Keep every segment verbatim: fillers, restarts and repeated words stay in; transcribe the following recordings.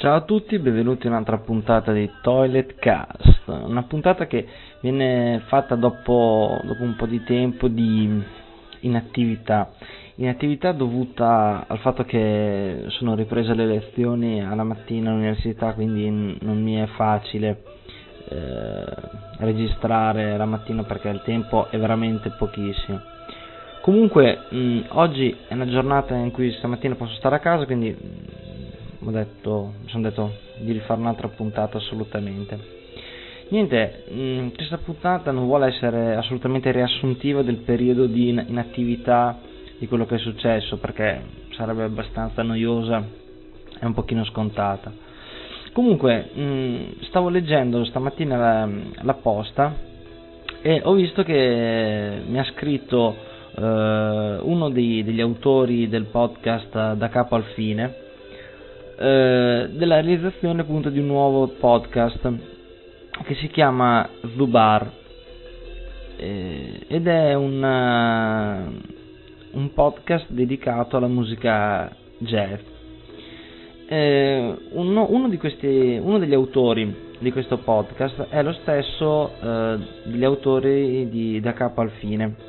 Ciao a tutti, benvenuti in un'altra puntata di Toilet Cast, una puntata che viene fatta dopo, dopo un po' di tempo di inattività, inattività dovuta al fatto che sono riprese le lezioni alla mattina all'università, quindi non mi è facile eh, registrare la mattina perché il tempo è veramente pochissimo. Comunque mh, oggi è una giornata in cui stamattina posso stare a casa, quindi mh, ho detto, mi sono detto di rifare un'altra puntata assolutamente. Niente, mh, questa puntata non vuole essere assolutamente riassuntiva del periodo di in- inattività di quello che è successo, perché sarebbe abbastanza noiosa e un pochino scontata. Comunque mh, stavo leggendo stamattina la, la posta e ho visto che mi ha scritto Uh, uno dei, degli autori del podcast Da Capo al Fine uh, della realizzazione appunto di un nuovo podcast che si chiama Zubar eh, ed è un, uh, un podcast dedicato alla musica jazz. Eh, uno, uno, di questi, uno degli autori di questo podcast è lo stesso uh, degli autori di Da Capo al Fine.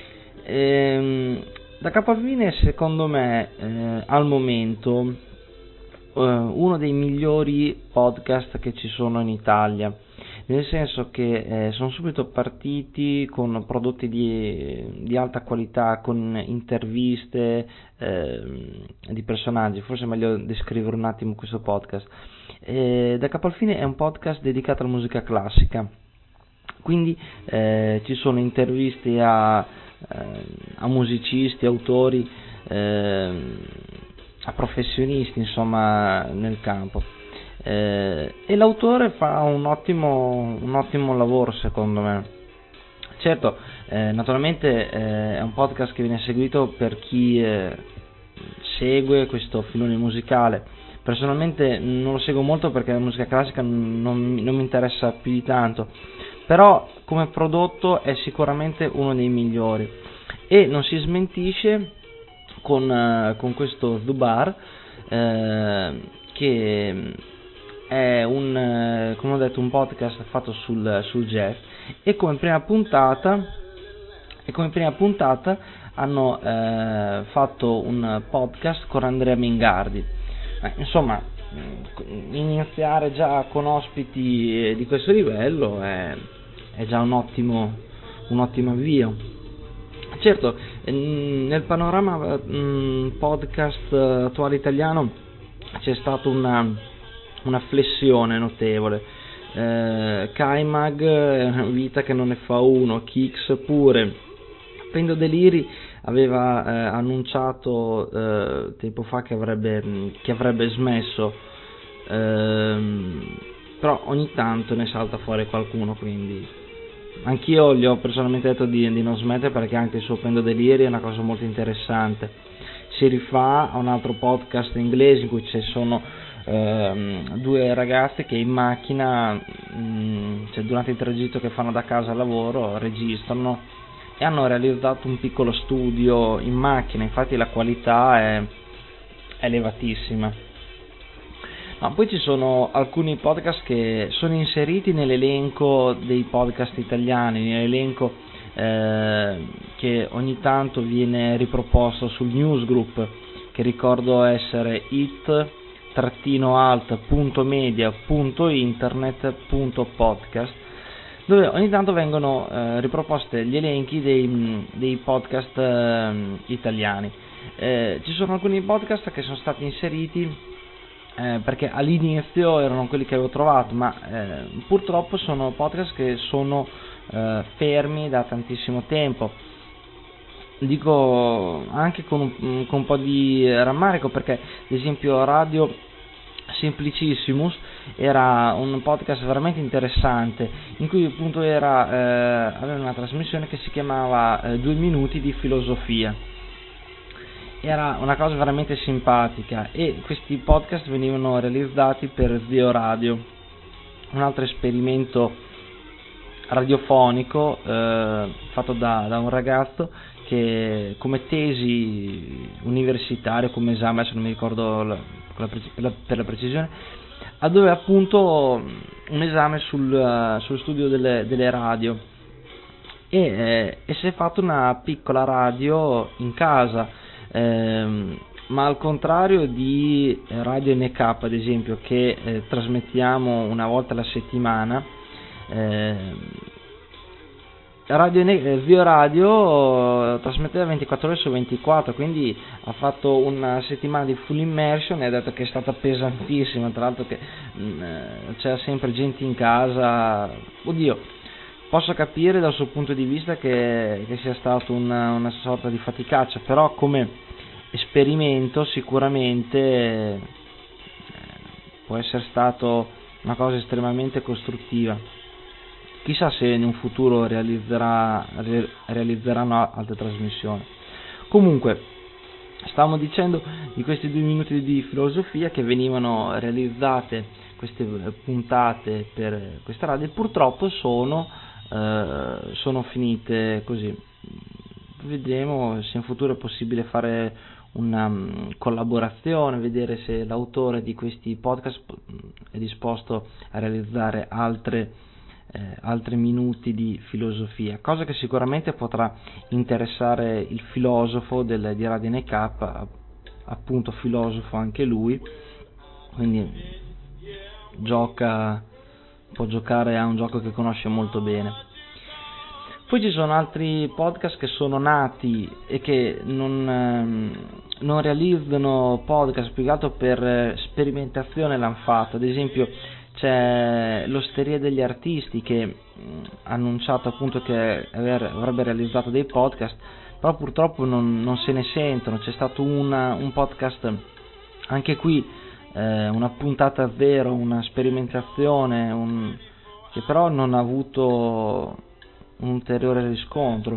Ehm, Da Capo al Fine secondo me eh, al momento eh, uno dei migliori podcast che ci sono in Italia, nel senso che eh, sono subito partiti con prodotti di, di alta qualità, con interviste eh, di personaggi. Forse è meglio descrivere un attimo questo podcast. Eh, Da Capo al Fine è un podcast dedicato alla musica classica, quindi eh, ci sono interviste a a musicisti, autori, eh, a professionisti insomma nel campo, eh, e l'autore fa un ottimo, un ottimo lavoro secondo me. Certo, eh, naturalmente eh, è un podcast che viene seguito per chi eh, segue questo filone musicale. Personalmente non lo seguo molto perché la musica classica non, non mi interessa più di tanto, però come prodotto è sicuramente uno dei migliori e non si smentisce con, uh, con questo Zubar eh, che è un, eh, come ho detto, un podcast fatto sul, sul jazz e come prima puntata e come prima puntata hanno eh, fatto un podcast con Andrea Mingardi. Eh, insomma, iniziare già con ospiti di questo livello è, è già un ottimo, un ottimo avvio. Certo, nel panorama podcast attuale italiano c'è stata una, una flessione notevole. Eh, K-Mag, Vita che non ne fa uno, Kix pure. Pendo Deliri aveva eh, annunciato eh, tempo fa che avrebbe, che avrebbe smesso, ehm, però ogni tanto ne salta fuori qualcuno, quindi anch'io gli ho personalmente detto di, di non smettere, perché anche il suo Pendo Deliri è una cosa molto interessante. Si rifà a un altro podcast inglese in cui ci sono ehm, due ragazze che in macchina, mh, cioè durante il tragitto che fanno da casa al lavoro, registrano e hanno realizzato un piccolo studio in macchina, infatti la qualità è elevatissima. Ma poi ci sono alcuni podcast che sono inseriti nell'elenco dei podcast italiani, nell'elenco eh, che ogni tanto viene riproposto sul newsgroup, che ricordo essere it-alt.media.internet.podcast, dove ogni tanto vengono eh, riproposte gli elenchi dei, dei podcast eh, italiani. Eh, ci sono alcuni podcast che sono stati inseriti eh, perché all'inizio erano quelli che avevo trovato, ma eh, purtroppo sono podcast che sono eh, fermi da tantissimo tempo. Dico anche con un, con un po' di rammarico, perché ad esempio Radio Simplicissimus era un podcast veramente interessante, in cui appunto era, eh, aveva una trasmissione che si chiamava eh, Due minuti di filosofia. Era una cosa veramente simpatica e questi podcast venivano realizzati per Zio Radio, un altro esperimento radiofonico eh, fatto da, da un ragazzo che come tesi universitaria, come esame, adesso non mi ricordo la, per, la, per, la, per la precisione, dove appunto un esame sul, sullo studio delle, delle radio e, eh, e si è fatto una piccola radio in casa, ehm, ma al contrario di Radio N K ad esempio, che eh, trasmettiamo una volta alla settimana, eh, Radio eh, Vio Radio trasmetteva ventiquattro ore su ventiquattro, quindi ha fatto una settimana di full immersion e ha detto che è stata pesantissima, tra l'altro che mh, c'era sempre gente in casa. Oddio, posso capire dal suo punto di vista che, che sia stato una, una sorta di faticaccia, però come esperimento sicuramente eh, può essere stato una cosa estremamente costruttiva. Chissà se in un futuro realizzerà, re, realizzeranno altre trasmissioni. Comunque, stavamo dicendo di questi due minuti di filosofia che venivano realizzate, queste puntate per questa radio, e purtroppo sono, eh, sono finite così. Vedremo se in futuro è possibile fare una um, collaborazione, vedere se l'autore di questi podcast è disposto a realizzare altre Eh, altri minuti di filosofia, cosa che sicuramente potrà interessare il filosofo del, di Radio N K, appunto filosofo anche lui, quindi gioca, può giocare a un gioco che conosce molto bene. Poi ci sono altri podcast che sono nati e che non, ehm, non realizzano podcast più che altro per sperimentazione l'hanno fatto. Ad esempio c'è l'Osteria degli Artisti che mh, ha annunciato appunto che avrebbe realizzato dei podcast, però purtroppo non, non se ne sentono. C'è stato una, un podcast anche qui, eh, una puntata zero, una sperimentazione, un, che però non ha avuto un ulteriore riscontro.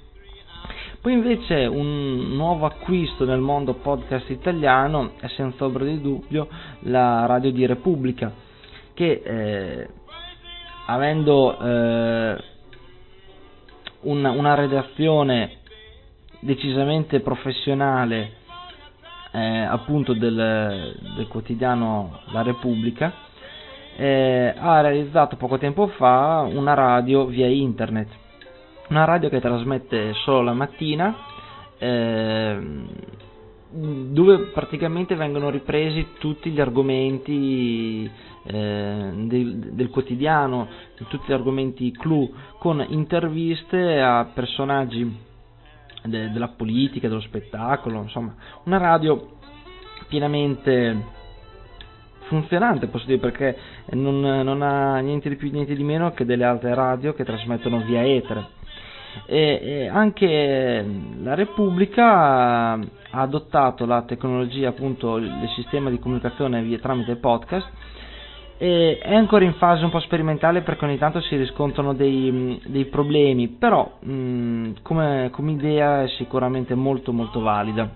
Poi invece un nuovo acquisto nel mondo podcast italiano è senza ombra di dubbio la Radio di Repubblica, che eh, avendo eh, una, una redazione decisamente professionale, eh, appunto del, del quotidiano La Repubblica, eh, ha realizzato poco tempo fa una radio via internet, una radio che trasmette solo la mattina, eh, dove praticamente vengono ripresi tutti gli argomenti eh, del, del quotidiano, tutti gli argomenti clou, con interviste a personaggi de, della politica, dello spettacolo, insomma una radio pienamente funzionante, posso dire, perché non, non ha niente di più niente di meno che delle altre radio che trasmettono via etere. E, e anche la Repubblica ha adottato la tecnologia, appunto il sistema di comunicazione via tramite podcast, e è ancora in fase un po' sperimentale perché ogni tanto si riscontrano dei, dei problemi, però mh, come, come idea è sicuramente molto molto valida.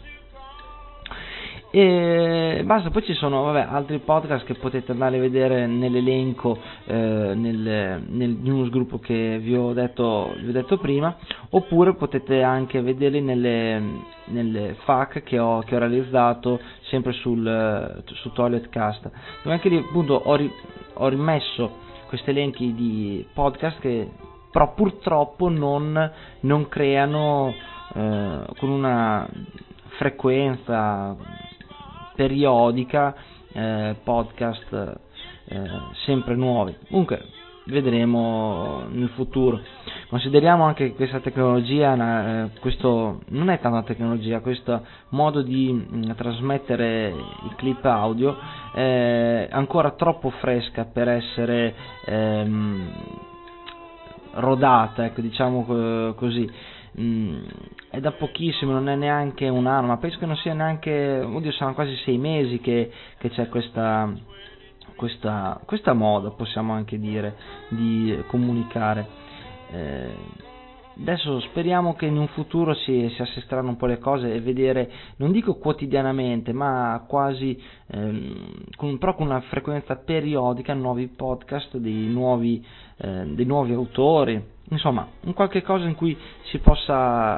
E basta. Poi ci sono vabbè, altri podcast che potete andare a vedere nell'elenco, eh, nel, nel newsgroup che vi ho detto, vi ho detto prima, oppure potete anche vederli nelle, nelle F A Q che ho, che ho realizzato sempre sul, su Toiletcast, dove anche lì appunto ho, ri, ho rimesso questi elenchi di podcast che però purtroppo non, non creano eh, con una frequenza periodica eh, podcast eh, sempre nuovi. Comunque vedremo nel futuro. Consideriamo anche che questa tecnologia, eh, questo non è tanto una tecnologia, questo modo di mh, trasmettere i clip audio è ancora troppo fresca per essere ehm, rodata, ecco, diciamo così. Mm, è da pochissimo, non è neanche un anno, ma penso che non sia neanche, oddio, saranno quasi sei mesi che, che c'è questa, questa, questa moda, possiamo anche dire, di comunicare. Eh, adesso speriamo che in un futuro si, si assesteranno un po' le cose e vedere, non dico quotidianamente, ma quasi, ehm, con, però con una frequenza periodica, nuovi podcast dei nuovi, eh, dei nuovi autori. Insomma, un qualche cosa in cui si possa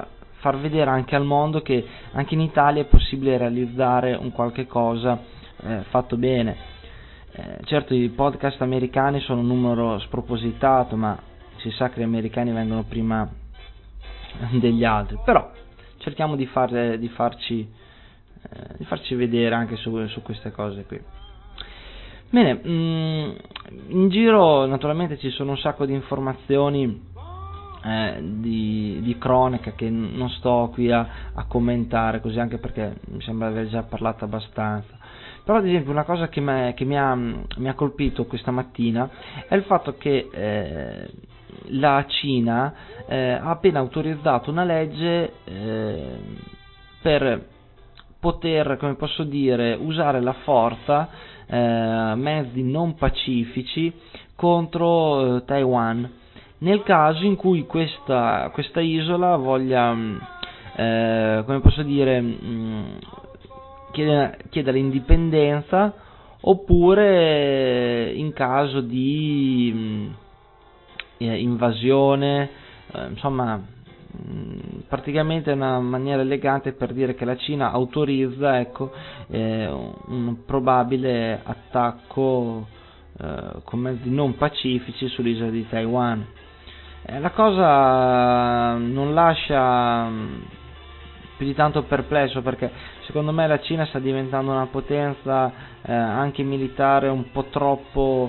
far vedere anche al mondo che anche in Italia è possibile realizzare un qualche cosa eh, fatto bene. Eh, certo, i podcast americani sono un numero spropositato, ma si sa che gli americani vengono prima degli altri, però cerchiamo di, far, di, farci, eh, di farci vedere anche su, su queste cose qui. Bene, mh, in giro naturalmente ci sono un sacco di informazioni eh, di, di cronaca che non sto qui a, a commentare così, anche perché mi sembra aver già parlato abbastanza. Però ad esempio una cosa che, che mi, ha, mi ha colpito questa mattina è il fatto che eh, la Cina eh, ha appena autorizzato una legge eh, per poter, come posso dire, usare la forza, eh, mezzi non pacifici contro eh, Taiwan, nel caso in cui questa, questa isola voglia, eh, come posso dire, mh, chiedere, chiedere indipendenza, oppure in caso di mh, eh, invasione, eh, insomma praticamente è una maniera elegante per dire che la Cina autorizza, ecco, eh, un probabile attacco eh, con mezzi non pacifici sull'isola di Taiwan. Eh, la cosa non lascia più di tanto perplesso, perché secondo me la Cina sta diventando una potenza eh, anche militare un po' troppo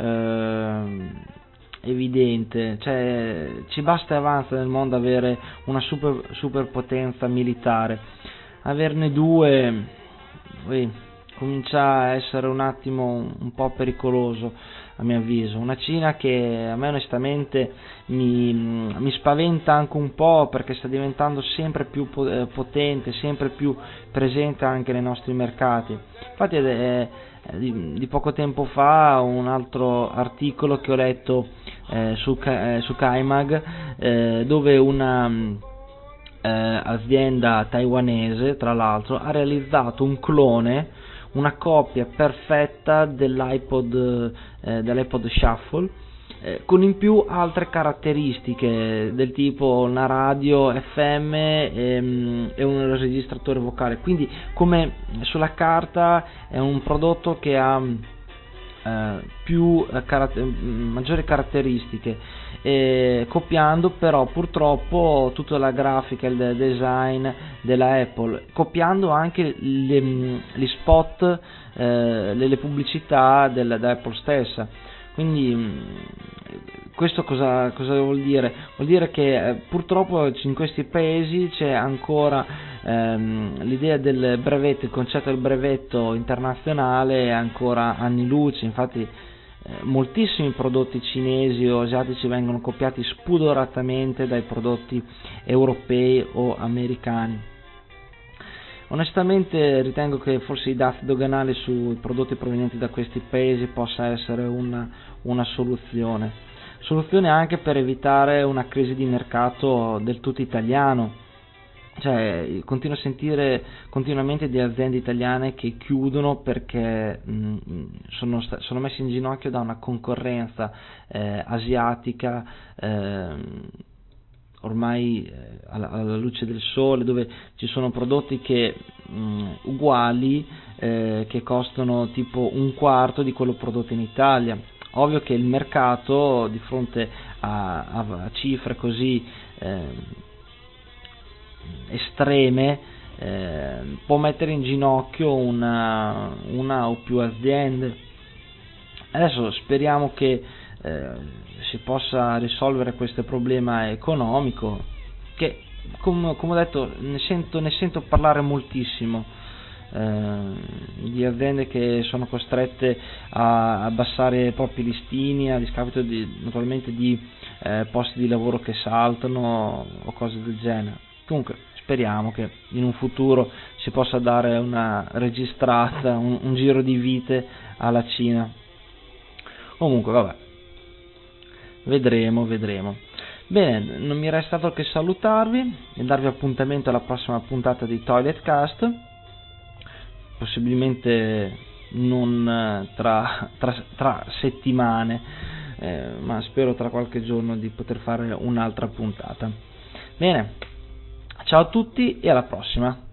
eh, evidente, cioè ci basta e avanza nel mondo avere una super, superpotenza militare, averne due poi comincia a essere un attimo un po' pericoloso a mio avviso. Una Cina che a me onestamente mi, mi spaventa anche un po', perché sta diventando sempre più potente, sempre più presente anche nei nostri mercati. Infatti è, è di, di poco tempo fa un altro articolo che ho letto eh, su, eh, su Kaimag, eh, dove una eh, azienda taiwanese, tra l'altro, ha realizzato un clone, una copia perfetta dell'iPod, eh, dell'iPod Shuffle, eh, con in più altre caratteristiche del tipo una radio F M e, e un registratore vocale. Quindi, come sulla carta, è un prodotto che ha eh, più eh, caratter- maggiori caratteristiche, eh, copiando però purtroppo tutta la grafica, il design della Apple, copiando anche le, gli spot, eh, le, le pubblicità del, dell'Apple stessa. Quindi questo cosa, cosa vuol dire? Vuol dire che eh, purtroppo in questi paesi c'è ancora ehm, l'idea del brevetto, il concetto del brevetto internazionale è ancora anni luce. Infatti eh, moltissimi prodotti cinesi o asiatici vengono copiati spudoratamente dai prodotti europei o americani. Onestamente ritengo che forse i dazi doganali sui prodotti provenienti da questi paesi possa essere una, una soluzione. Soluzione anche per evitare una crisi di mercato del tutto italiano. Cioè, continuo a sentire continuamente di aziende italiane che chiudono perché mh, sono, sono messe in ginocchio da una concorrenza eh, asiatica, eh, ormai eh, alla, alla luce del sole, dove ci sono prodotti che mh, uguali eh, che costano tipo un quarto di quello prodotto in Italia. Ovvio che il mercato, di fronte a, a, a cifre così eh, estreme, eh, può mettere in ginocchio una, una o più aziende. Adesso speriamo che eh, si possa risolvere questo problema economico, che come, come ho detto ne sento, ne sento parlare moltissimo, eh, di aziende che sono costrette a abbassare i propri listini a discapito di, naturalmente di eh, posti di lavoro che saltano o cose del genere. Comunque speriamo che in un futuro si possa dare una registrata, un, un giro di vite alla Cina. Comunque vabbè, vedremo, vedremo. Bene, non mi resta altro che salutarvi e darvi appuntamento alla prossima puntata di Toilet Cast, possibilmente non tra, tra, tra settimane, eh, ma spero tra qualche giorno di poter fare un'altra puntata. Bene, Ciao a tutti e alla prossima.